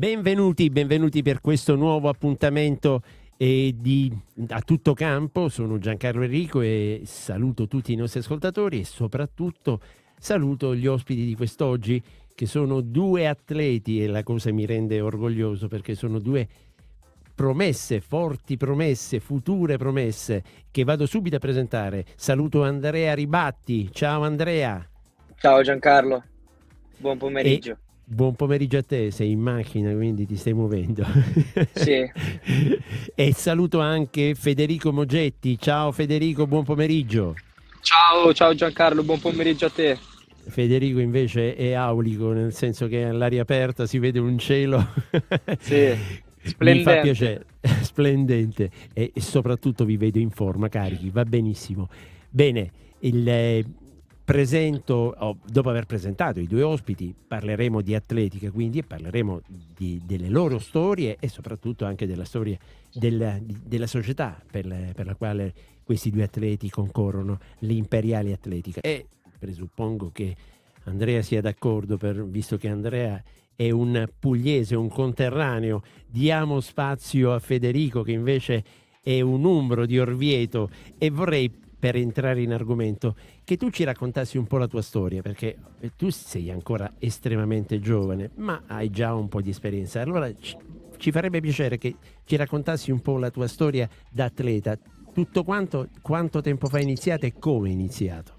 Benvenuti per questo nuovo appuntamento a tutto campo. Sono Giancarlo Enrico e saluto tutti i nostri ascoltatori e soprattutto saluto gli ospiti di quest'oggi, che sono due atleti, e la cosa mi rende orgoglioso perché sono due promesse, forti promesse, future promesse, che vado subito a presentare. Saluto Andrea Ribatti. Ciao Andrea. Ciao Giancarlo, buon E pomeriggio. buon pomeriggio a te, sei in macchina quindi ti stai muovendo. Sì, E saluto anche Federico Mogetti. Ciao Federico, buon pomeriggio. ciao Giancarlo, buon pomeriggio a te. Federico invece è aulico, nel senso che all'aria aperta si vede un cielo. Sì, Mi fa splendente. piacere, splendente, e soprattutto vi vedo in forma, carichi, va benissimo. Bene, presento, dopo aver presentato i due ospiti, parleremo di atletica quindi, e parleremo delle loro storie e soprattutto anche della storia della società per la quale questi due atleti concorrono, l'Imperiale Atletica. E presuppongo che Andrea sia d'accordo, visto che Andrea è un pugliese, un conterraneo. Diamo spazio a Federico, che invece è un umbro di Orvieto, e vorrei, per entrare in argomento, che tu ci raccontassi un po' la tua storia, perché tu sei ancora estremamente giovane, ma hai già un po' di esperienza. Allora ci farebbe piacere che ci raccontassi un po' la tua storia da atleta. Tutto quanto tempo fa è iniziato e come è iniziato?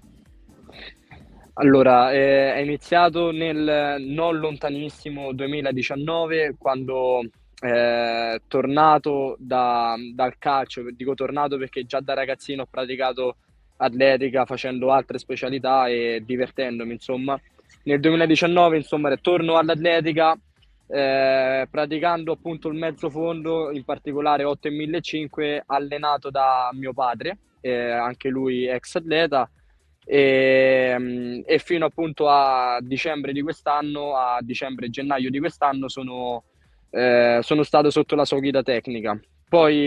Allora, è iniziato nel non lontanissimo 2019, quando tornato dal calcio. Dico tornato perché già da ragazzino ho praticato atletica facendo altre specialità e divertendomi, insomma. Nel 2019, insomma, torno all'atletica praticando appunto il mezzo fondo, in particolare 8 e 1500, allenato da mio padre, anche lui ex atleta. E fino appunto a dicembre di quest'anno, a dicembre-gennaio di quest'anno, sono stato sotto la sua guida tecnica. Poi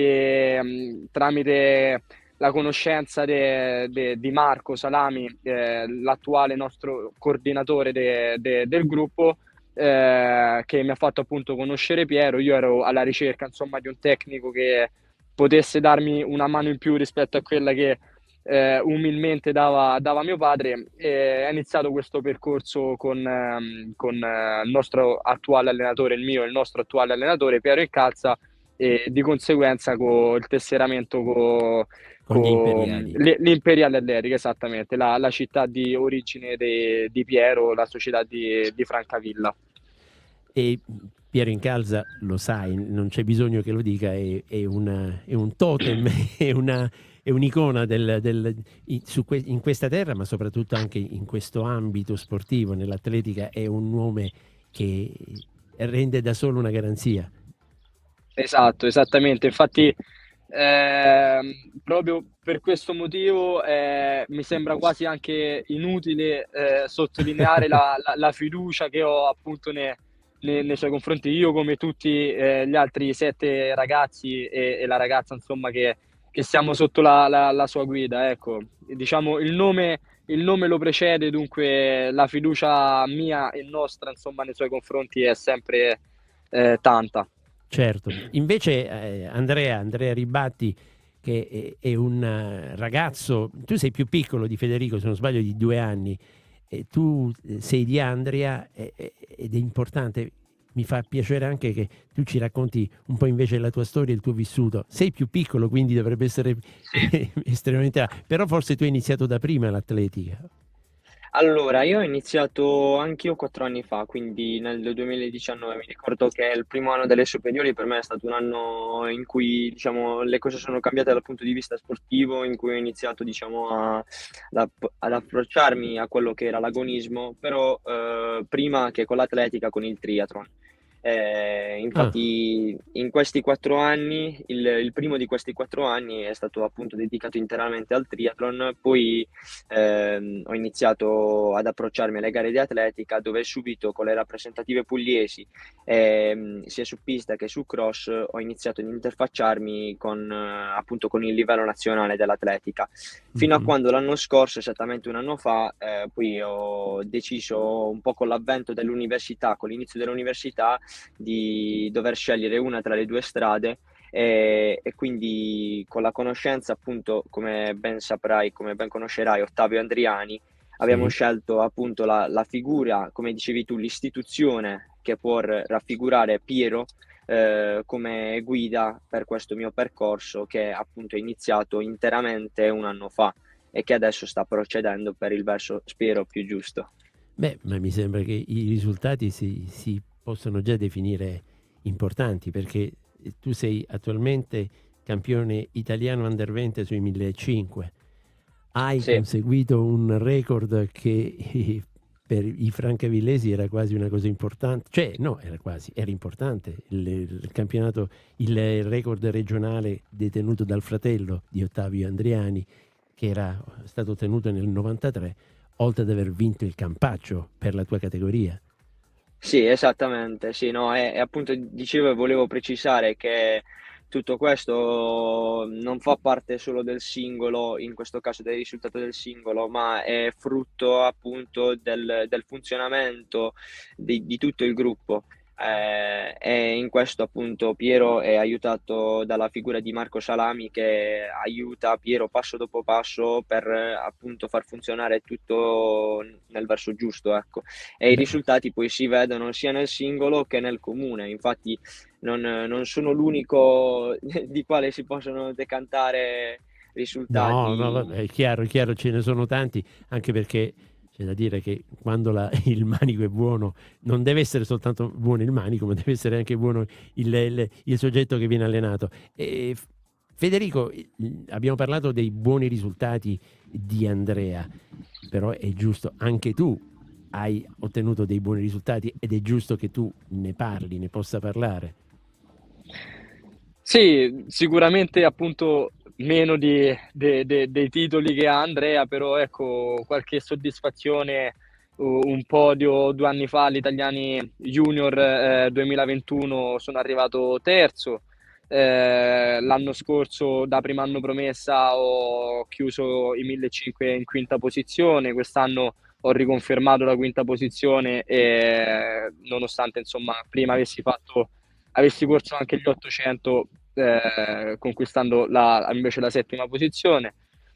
tramite la conoscenza di Marco Salami, l'attuale nostro coordinatore del gruppo, che mi ha fatto appunto conoscere Piero. Io ero alla ricerca, insomma, di un tecnico che potesse darmi una mano in più rispetto a quella che umilmente dava mio padre, e è iniziato questo percorso con il nostro attuale allenatore, il nostro attuale allenatore Piero Incalza, e di conseguenza con il tesseramento Con gli con Imperiali. l'Imperiale Atletica, esattamente, la città di origine di Piero, la società di Francavilla. E Piero Incalza, lo sai, non c'è bisogno che lo dica, è un totem, è un'icona in questa terra, ma soprattutto anche in questo ambito sportivo, nell'atletica. È un nome che rende da solo una garanzia. Esatto, esattamente. Infatti, proprio per questo motivo mi sembra quasi anche inutile sottolineare la fiducia che ho appunto nei suoi confronti. Io, come tutti gli altri 7 ragazzi e la ragazza, insomma, che siamo sotto la sua guida. Ecco, diciamo il nome lo precede, dunque la fiducia mia e nostra, insomma, nei suoi confronti è sempre tanta. Certo. Invece Andrea Ribatti, che è un ragazzo, tu sei più piccolo di Federico, se non sbaglio, di 2 anni, e tu sei di Andria, ed è importante. Mi fa piacere anche che tu ci racconti un po' invece la tua storia, il tuo vissuto. Sei più piccolo, quindi dovrebbe essere Sì. estremamente. Però forse tu hai iniziato da prima l'atletica. Allora, io ho iniziato anch'io 4 anni fa, quindi nel 2019. Mi ricordo che il primo anno delle superiori per me è stato un anno in cui, diciamo, le cose sono cambiate dal punto di vista sportivo, in cui ho iniziato, diciamo, ad approcciarmi a quello che era l'agonismo, però prima che con l'atletica, con il triathlon. Ah, Infatti, in questi 4 anni, il primo di questi 4 anni è stato appunto dedicato interamente al triathlon. Poi ho iniziato ad approcciarmi alle gare di atletica, dove subito con le rappresentative pugliesi, sia su pista che su cross, ho iniziato ad interfacciarmi appunto con il livello nazionale dell'atletica. Fino a mhm. quando l'anno scorso, esattamente un anno fa, poi ho deciso, un po' con l'avvento dell'università, con l'inizio dell'università, di dover scegliere una tra le due strade e quindi con la conoscenza, appunto, come ben saprai, come ben conoscerai, Ottavio Andriani, abbiamo Sì. scelto appunto la figura, come dicevi tu, l'istituzione che può raffigurare Piero come guida per questo mio percorso che appunto è iniziato interamente un anno fa e che adesso sta procedendo per il verso, spero, più giusto. Beh, ma mi sembra che i risultati si possono già definire importanti, perché tu sei attualmente campione italiano under 20 sui 1500. Hai Sì, conseguito un record che per i francavillesi era quasi una cosa importante, cioè no, era importante. Il campionato, il record regionale detenuto dal fratello di Ottavio Andriani, che era stato ottenuto nel 93, oltre ad aver vinto il Campaccio per la tua categoria. sì, esattamente, sì, no, e appunto dicevo e volevo precisare che tutto questo non fa parte solo del singolo, in questo caso del risultato del singolo, ma è frutto appunto del funzionamento di tutto il gruppo. E in questo appunto Piero è aiutato dalla figura di Marco Salami che aiuta Piero passo dopo passo per appunto far funzionare tutto nel verso giusto, ecco. E i Beh, risultati poi si vedono sia nel singolo che nel comune. Infatti non sono l'unico di quale si possono decantare no, no, vabbè, risultati. è chiaro, ce ne sono tanti, anche perché c'è da dire che quando il manico è buono, non deve essere soltanto buono il manico, ma deve essere anche buono il soggetto che viene allenato. E Federico, abbiamo parlato dei buoni risultati di Andrea, però è giusto, anche tu hai ottenuto dei buoni risultati ed è giusto che tu ne parli, ne possa parlare. Sì, sicuramente appunto meno dei titoli che ha Andrea, però ecco qualche soddisfazione, un podio 2 anni fa agli Italiani Junior 2021 sono arrivato terzo. L'anno scorso da primo anno promessa ho chiuso i 1500 in quinta posizione, quest'anno ho riconfermato la quinta posizione e nonostante insomma prima avessi corso anche gli 800 conquistando invece la settima posizione.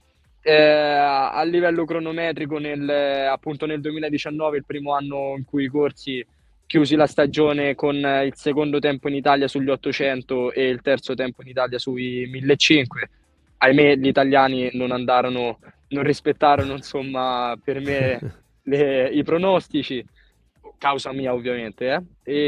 A livello cronometrico appunto nel 2019, il primo anno in cui corsi, chiusi la stagione con il secondo tempo in Italia sugli 800 e il terzo tempo in Italia sui 1500. Ahimè, gli italiani non rispettarono insomma per me i pronostici, causa mia ovviamente,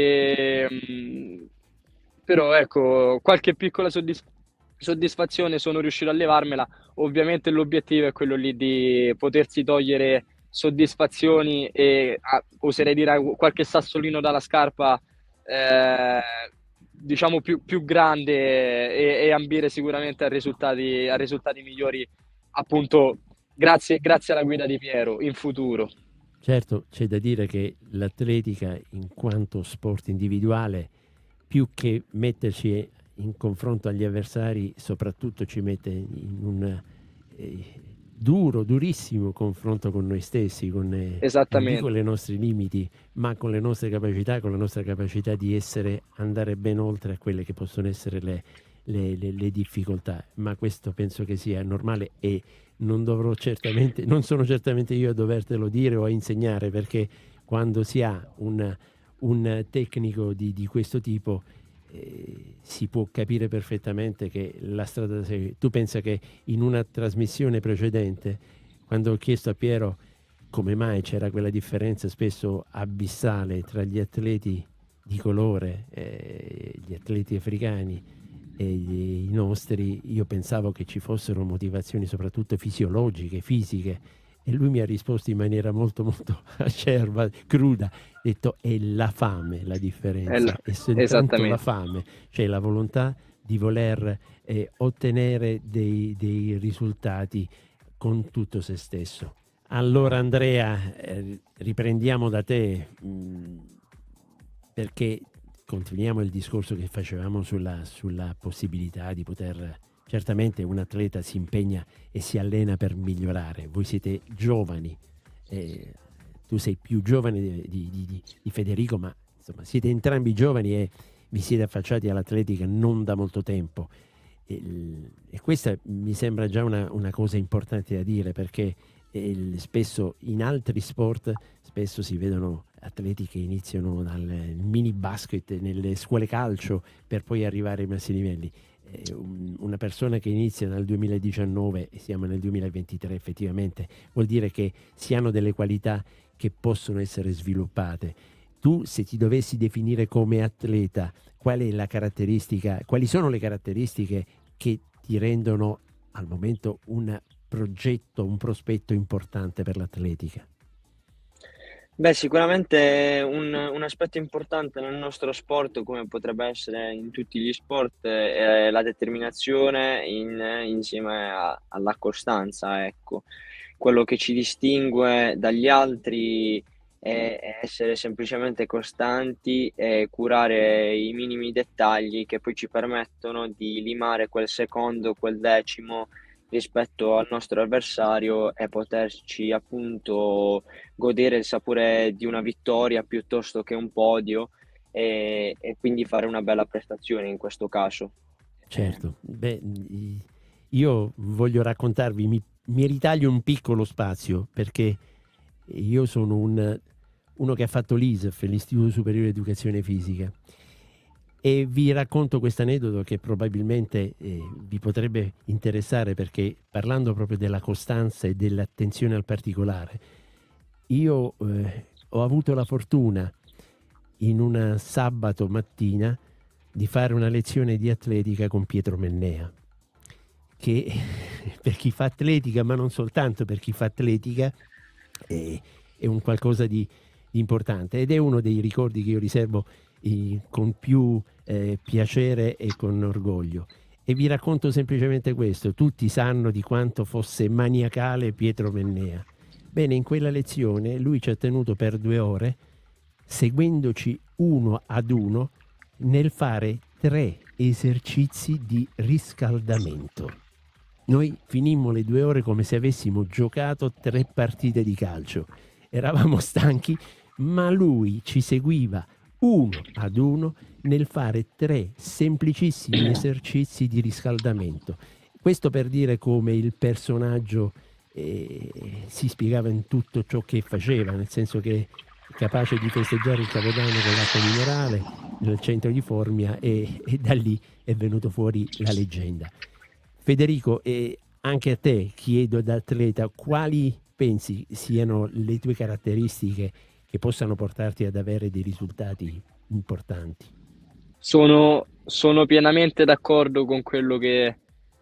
però ecco, qualche piccola soddisfazione sono riuscito a levarmela. Ovviamente l'obiettivo è quello lì di potersi togliere soddisfazioni e oserei dire qualche sassolino dalla scarpa, eh, diciamo più grande e ambire sicuramente a risultati migliori, appunto grazie alla guida di Piero in futuro. Certo, c'è da dire che l'atletica, in quanto sport individuale, più che metterci in confronto agli avversari, soprattutto ci mette in un durissimo confronto con noi stessi, non dico Esattamente. le nostre limiti, ma con le nostre capacità, con la nostra capacità di andare ben oltre a quelle che possono essere le difficoltà. Ma questo penso che sia normale e non sono certamente io a dovertelo dire o a insegnare, perché quando si ha un tecnico di questo tipo si può capire perfettamente che la strada da seguire. Tu pensa che in una trasmissione precedente, quando ho chiesto a Piero come mai c'era quella differenza spesso abissale tra gli atleti di colore, gli atleti africani e i nostri, io pensavo che ci fossero motivazioni soprattutto fisiologiche, fisiche, e lui mi ha risposto in maniera molto molto acerba, cruda, ha detto è la fame la differenza, è soltanto la Esattamente. fame, cioè la volontà di voler ottenere dei risultati con tutto se stesso. Allora Andrea, riprendiamo da te, perché continuiamo il discorso che facevamo sulla possibilità di poter. Certamente un atleta si impegna e si allena per migliorare. Voi siete giovani, tu sei più giovane di Federico, ma insomma, siete entrambi giovani e vi siete affacciati all'atletica non da molto tempo. E questa mi sembra già una cosa importante da dire, perché spesso in altri sport spesso si vedono atleti che iniziano dal mini basket nelle scuole calcio per poi arrivare ai massi livelli. Una persona che inizia nel 2019 e siamo nel 2023 effettivamente vuol dire che si hanno delle qualità che possono essere sviluppate. Tu, se ti dovessi definire come atleta, qual è la caratteristica, quali sono le caratteristiche che ti rendono al momento un progetto, un prospetto importante per l'atletica? Beh, sicuramente un aspetto importante nel nostro sport, come potrebbe essere in tutti gli sport, è la determinazione insieme alla costanza, ecco. Quello che ci distingue dagli altri è essere semplicemente costanti e curare i minimi dettagli che poi ci permettono di limare quel secondo, quel decimo rispetto al nostro avversario e poterci appunto godere il sapore di una vittoria piuttosto che un podio e quindi fare una bella prestazione in questo caso. Certo, beh, io voglio raccontarvi, mi ritaglio un piccolo spazio perché io sono uno che ha fatto l'ISEF, l'Istituto Superiore di Educazione Fisica, e vi racconto questo aneddoto che probabilmente vi potrebbe interessare, perché parlando proprio della costanza e dell'attenzione al particolare, io ho avuto la fortuna in un sabato mattina di fare una lezione di atletica con Pietro Mennea, che per chi fa atletica, ma non soltanto per chi fa atletica, è un qualcosa di importante, ed è uno dei ricordi che io riservo con più piacere e con orgoglio. E vi racconto semplicemente questo: tutti sanno di quanto fosse maniacale Pietro Mennea. Bene, in quella lezione lui ci ha tenuto per 2 ore, seguendoci uno ad uno nel fare 3 esercizi di riscaldamento. Noi finimmo le 2 ore come se avessimo giocato 3 partite di calcio. Eravamo stanchi, ma lui ci seguiva uno ad uno nel fare 3 semplicissimi esercizi di riscaldamento. Questo per dire come il personaggio si spiegava in tutto ciò che faceva, nel senso che capace di festeggiare il Capodanno con l'acqua minerale nel centro di Formia, e da lì è venuto fuori la leggenda. Federico, anche a te chiedo, da atleta, quali pensi siano le tue caratteristiche che possano portarti ad avere dei risultati importanti? Sono pienamente d'accordo con quello che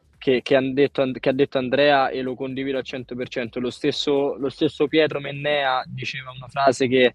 ha detto Andrea, e lo condivido al 100%. Lo stesso Pietro Mennea diceva una frase che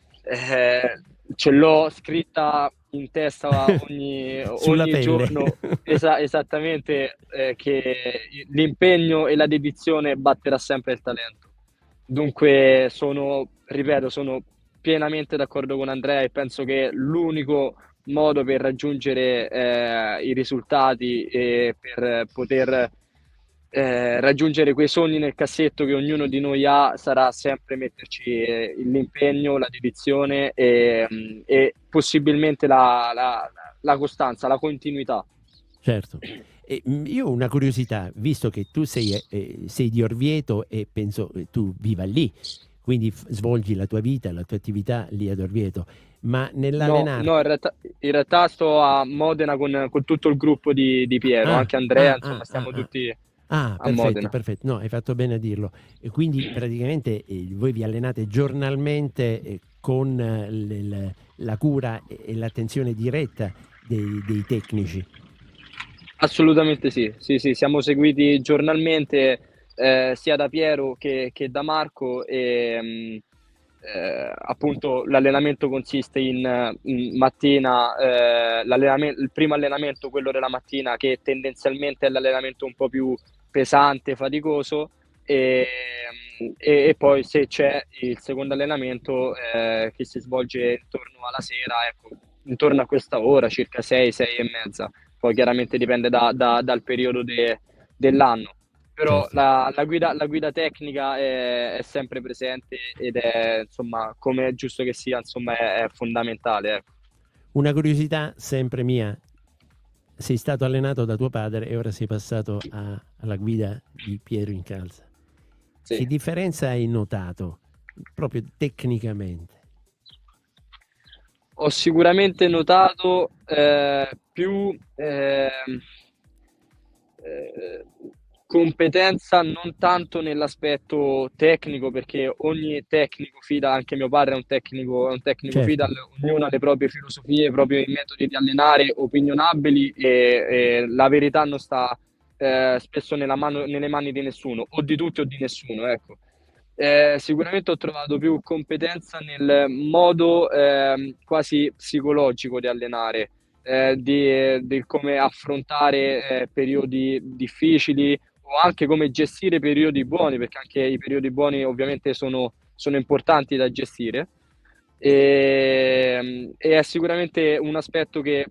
ce l'ho scritta in testa Sulla ogni pelle. giorno, esattamente, che l'impegno e la dedizione batterà sempre il talento. Dunque ripeto, sono pienamente d'accordo con Andrea, e penso che l'unico modo per raggiungere i risultati e per poter raggiungere quei sogni nel cassetto che ognuno di noi ha sarà sempre metterci l'impegno, la dedizione e possibilmente la costanza, la continuità. Certo. Io ho una curiosità, visto che tu sei di Orvieto e penso tu viva lì, quindi svolgi la tua vita, la tua attività lì ad Orvieto, ma No, nell'allenarti... in realtà sto a Modena con tutto il gruppo di Piero, anche Andrea, insomma, stiamo tutti a perfetto, Modena. perfetto. No, hai fatto bene a dirlo. E quindi praticamente voi vi allenate giornalmente con la cura e l'attenzione diretta dei tecnici. Assolutamente sì, sì, sì, siamo seguiti giornalmente sia da Piero che da Marco, e appunto l'allenamento consiste in mattina, il primo allenamento, quello della mattina, che tendenzialmente è l'allenamento un po' più pesante, faticoso, e poi se c'è il secondo allenamento che si svolge intorno alla sera, ecco, intorno a questa ora, circa 6, 6 e mezza. Poi chiaramente dipende dal periodo dell'anno. però certo. la guida tecnica è sempre presente ed è, insomma, come è giusto che sia, insomma, è fondamentale, ecco. Una curiosità sempre mia, sei stato allenato da tuo padre e ora sei passato alla guida di Piero Incalza. Che Sì. differenza hai notato proprio tecnicamente? Ho sicuramente notato più eh, competenza non tanto nell'aspetto tecnico, perché ogni tecnico FIDAL, anche mio padre è un tecnico Certo, FIDAL, ognuno ha le proprie filosofie, i propri metodi di allenare opinionabili e la verità non sta spesso nelle mani di nessuno, o di tutti o di nessuno, ecco. Sicuramente ho trovato più competenza nel modo quasi psicologico di allenare, di come affrontare periodi difficili o anche come gestire periodi buoni, perché anche i periodi buoni ovviamente sono importanti da gestire. E è sicuramente un aspetto che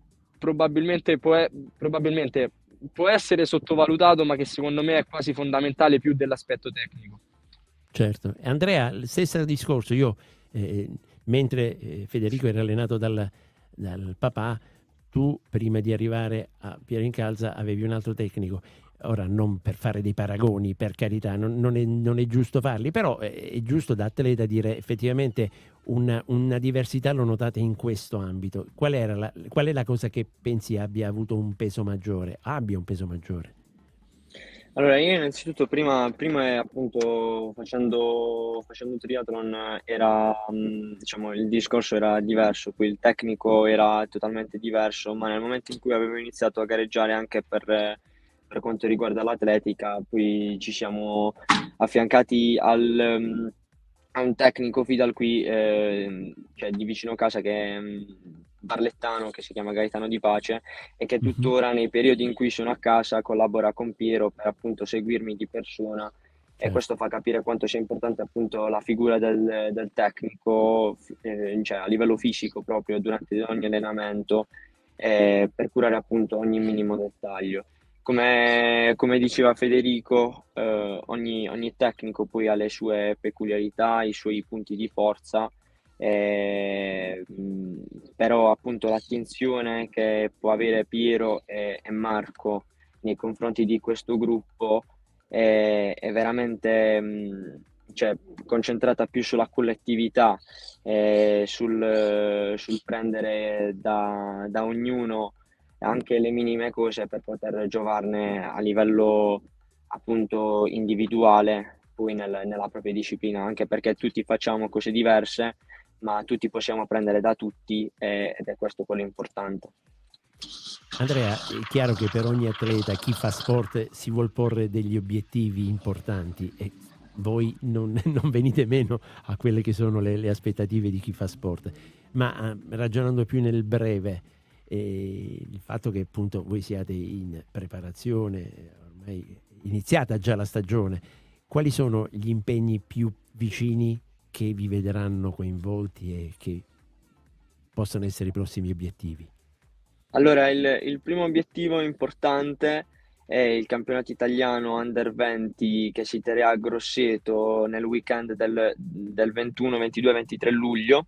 probabilmente può essere sottovalutato, ma che secondo me è quasi fondamentale più dell'aspetto tecnico. certo. E Andrea, il stesso discorso, io eh, mentre Federico era allenato dal papà, tu prima di arrivare a Piero Incalza avevi un altro tecnico. Ora, non per fare dei paragoni, per carità, non è giusto farli, però è giusto da atleta dire effettivamente una diversità l'ho notata in questo ambito. Qual è la cosa che pensi abbia avuto un peso maggiore? Abbia un peso maggiore? Allora, io innanzitutto prima appunto facendo triathlon era, diciamo, il discorso era diverso, qui il tecnico era totalmente diverso, ma nel momento in cui avevo iniziato a gareggiare anche per quanto riguarda l'atletica, poi ci siamo affiancati a un tecnico FIDAL qui, cioè di vicino casa che è barlettano, che si chiama Gaetano Di Pace, e che Mhm. tuttora nei periodi in cui sono a casa collabora con Piero per appunto seguirmi di persona, e Certo, questo fa capire quanto sia importante appunto la figura del tecnico, cioè a livello fisico proprio durante ogni allenamento, per curare appunto ogni minimo dettaglio. Come diceva Federico, ogni tecnico poi ha le sue peculiarità, i suoi punti di forza, eh, mh, però appunto l'attenzione che può avere Piero e Marco nei confronti di questo gruppo è veramente cioè, concentrata più sulla collettività, sul prendere da ognuno anche le minime cose per poter giovarne a livello appunto individuale, poi nella propria disciplina, anche perché tutti facciamo cose diverse, ma tutti possiamo prendere da tutti, ed è questo quello importante. Andrea, è chiaro che per ogni atleta, chi fa sport, si vuol porre degli obiettivi importanti e voi non venite meno a quelle che sono le aspettative di chi fa sport. Ma ragionando più nel breve, il fatto che appunto voi siate in preparazione, ormai iniziata già la stagione, quali sono gli impegni più vicini che vi vedranno coinvolti e che possono essere i prossimi obiettivi? Allora, il primo obiettivo importante è il campionato italiano Under 20 che si terrà a Grosseto nel weekend del 21, 22, 23 luglio,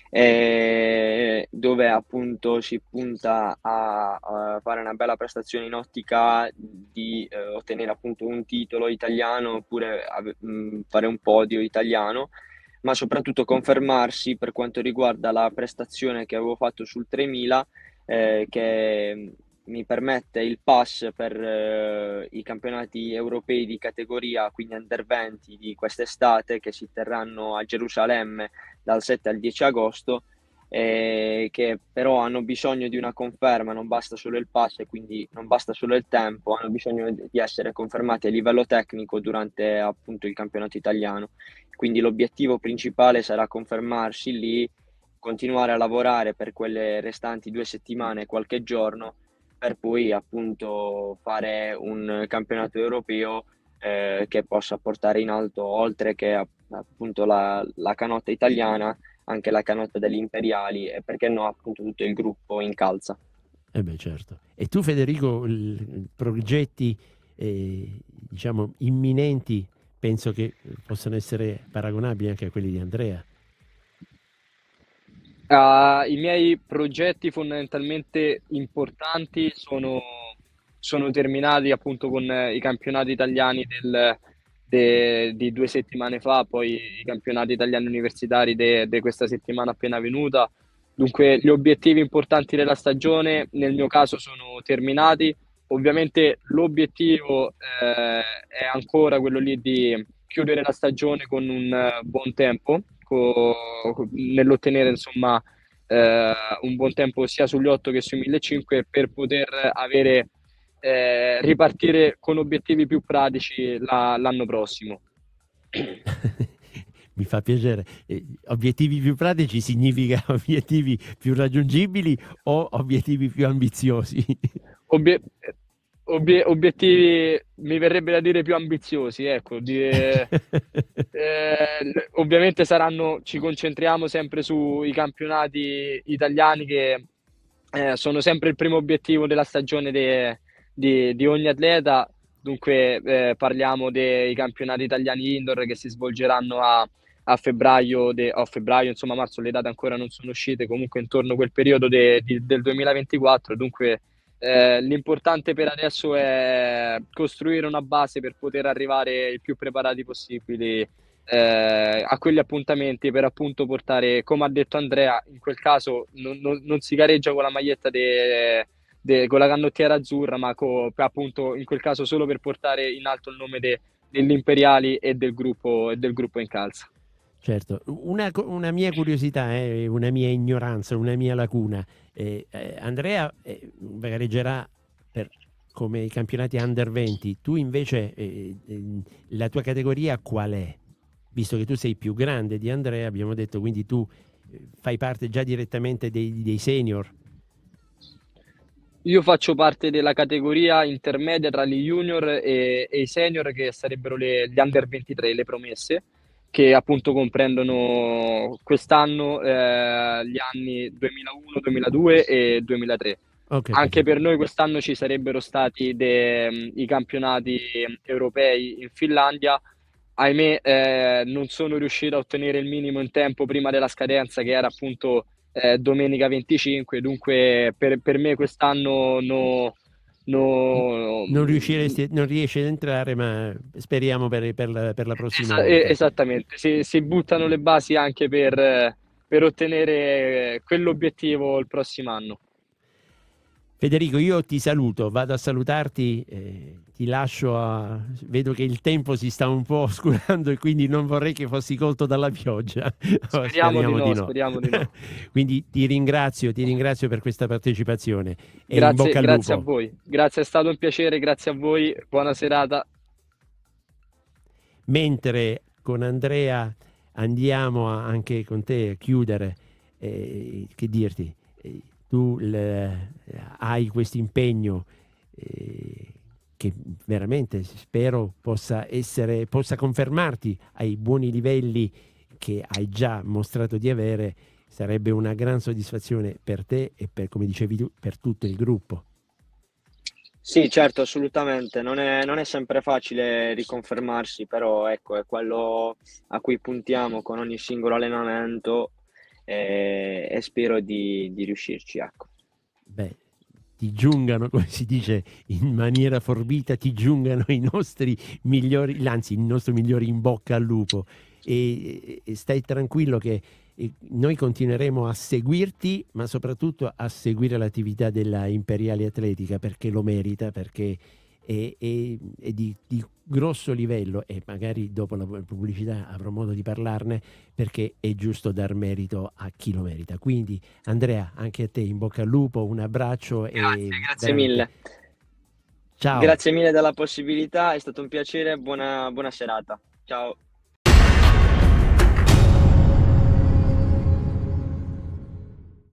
dove appunto si punta a fare una bella prestazione in ottica di ottenere appunto un titolo italiano oppure fare un podio italiano, ma soprattutto confermarsi per quanto riguarda la prestazione che avevo fatto sul 3000, che mi permette il pass per i campionati europei di categoria, quindi Under 20 di quest'estate, che si terranno a Gerusalemme dal 7 al 10 agosto, che però hanno bisogno di una conferma, non basta solo il pass e quindi non basta solo il tempo, hanno bisogno di essere confermati a livello tecnico durante appunto il campionato italiano. Quindi l'obiettivo principale sarà confermarsi lì, continuare a lavorare per quelle restanti 2 settimane, qualche giorno, per poi appunto fare un campionato europeo che possa portare in alto, oltre che appunto la canotta italiana, anche la canotta degli imperiali e perché no appunto tutto il gruppo in calza. Eh beh, certo. E tu Federico, progetti diciamo, imminenti penso che possano essere paragonabili anche a quelli di Andrea. I miei progetti fondamentalmente importanti sono terminati appunto con i campionati italiani di 2 settimane fa, poi i campionati italiani universitari di questa settimana appena venuta. Dunque, gli obiettivi importanti della stagione nel mio caso sono terminati. Ovviamente l'obiettivo è ancora quello lì di chiudere la stagione con un buon tempo, nell'ottenere insomma un buon tempo sia sugli 8 che sui 1500 per poter ripartire con obiettivi più pratici l'anno prossimo. Mi fa piacere. Obiettivi più pratici significa obiettivi più raggiungibili o obiettivi più ambiziosi? Obiettivi, mi verrebbe da dire più ambiziosi, ecco. Ovviamente ci concentriamo sempre sui campionati italiani che sono sempre il primo obiettivo della stagione di ogni atleta. Dunque parliamo dei campionati italiani indoor che si svolgeranno a febbraio, insomma marzo, le date ancora non sono uscite, comunque intorno a quel periodo del 2024. Dunque l'importante per adesso è costruire una base per poter arrivare il più preparati possibili a quegli appuntamenti, per appunto portare, come ha detto Andrea, in quel caso non si gareggia con la maglietta con la canottiera azzurra, ma appunto in quel caso solo per portare in alto il nome degli imperiali e del gruppo in calza. Certo, una mia curiosità, una mia ignoranza, una mia lacuna. Andrea gareggerà come i campionati Under 20, tu invece la tua categoria qual è? Visto che tu sei più grande di Andrea, abbiamo detto, quindi tu fai parte già direttamente dei senior. Io faccio parte della categoria intermedia tra gli junior e i senior, che sarebbero gli Under 23, le promesse, che appunto comprendono quest'anno gli anni 2001, 2002 e 2003. Okay, Anche per noi quest'anno ci sarebbero stati i campionati europei in Finlandia. Ahimè, non sono riuscito a ottenere il minimo in tempo prima della scadenza, che era appunto domenica 25. Dunque per me quest'anno non riesci ad entrare, ma speriamo per la prossima volta. Esattamente, si buttano le basi anche per ottenere quell'obiettivo il prossimo anno. Federico, io ti saluto, vado a salutarti, ti lascio vedo che il tempo si sta un po' oscurando e quindi non vorrei che fossi colto dalla pioggia. Speriamo di no. Quindi ti ringrazio per questa partecipazione e in bocca al lupo. Grazie a voi, grazie, è stato un piacere, grazie a voi, buona serata. Mentre con Andrea andiamo anche con te a chiudere, che dirti, tu hai questo impegno che veramente spero possa confermarti ai buoni livelli che hai già mostrato di avere. Sarebbe una gran soddisfazione per te e come dicevi tu, per tutto il gruppo. Sì, certo, assolutamente. Non è sempre facile riconfermarsi, però ecco, è quello a cui puntiamo con ogni singolo allenamento e spero di riuscirci, ecco. Beh, ti giungano, come si dice in maniera forbita, ti giungano i nostri migliori, anzi il nostro migliore in bocca al lupo e stai tranquillo che noi continueremo a seguirti, ma soprattutto a seguire l'attività della Imperiale Atletica, perché lo merita, perché è di grosso livello e magari dopo la pubblicità avrò modo di parlarne, perché è giusto dar merito a chi lo merita. Quindi Andrea, anche a te in bocca al lupo, un abbraccio. Grazie mille. Ciao. Grazie mille della possibilità, è stato un piacere, buona serata. Ciao.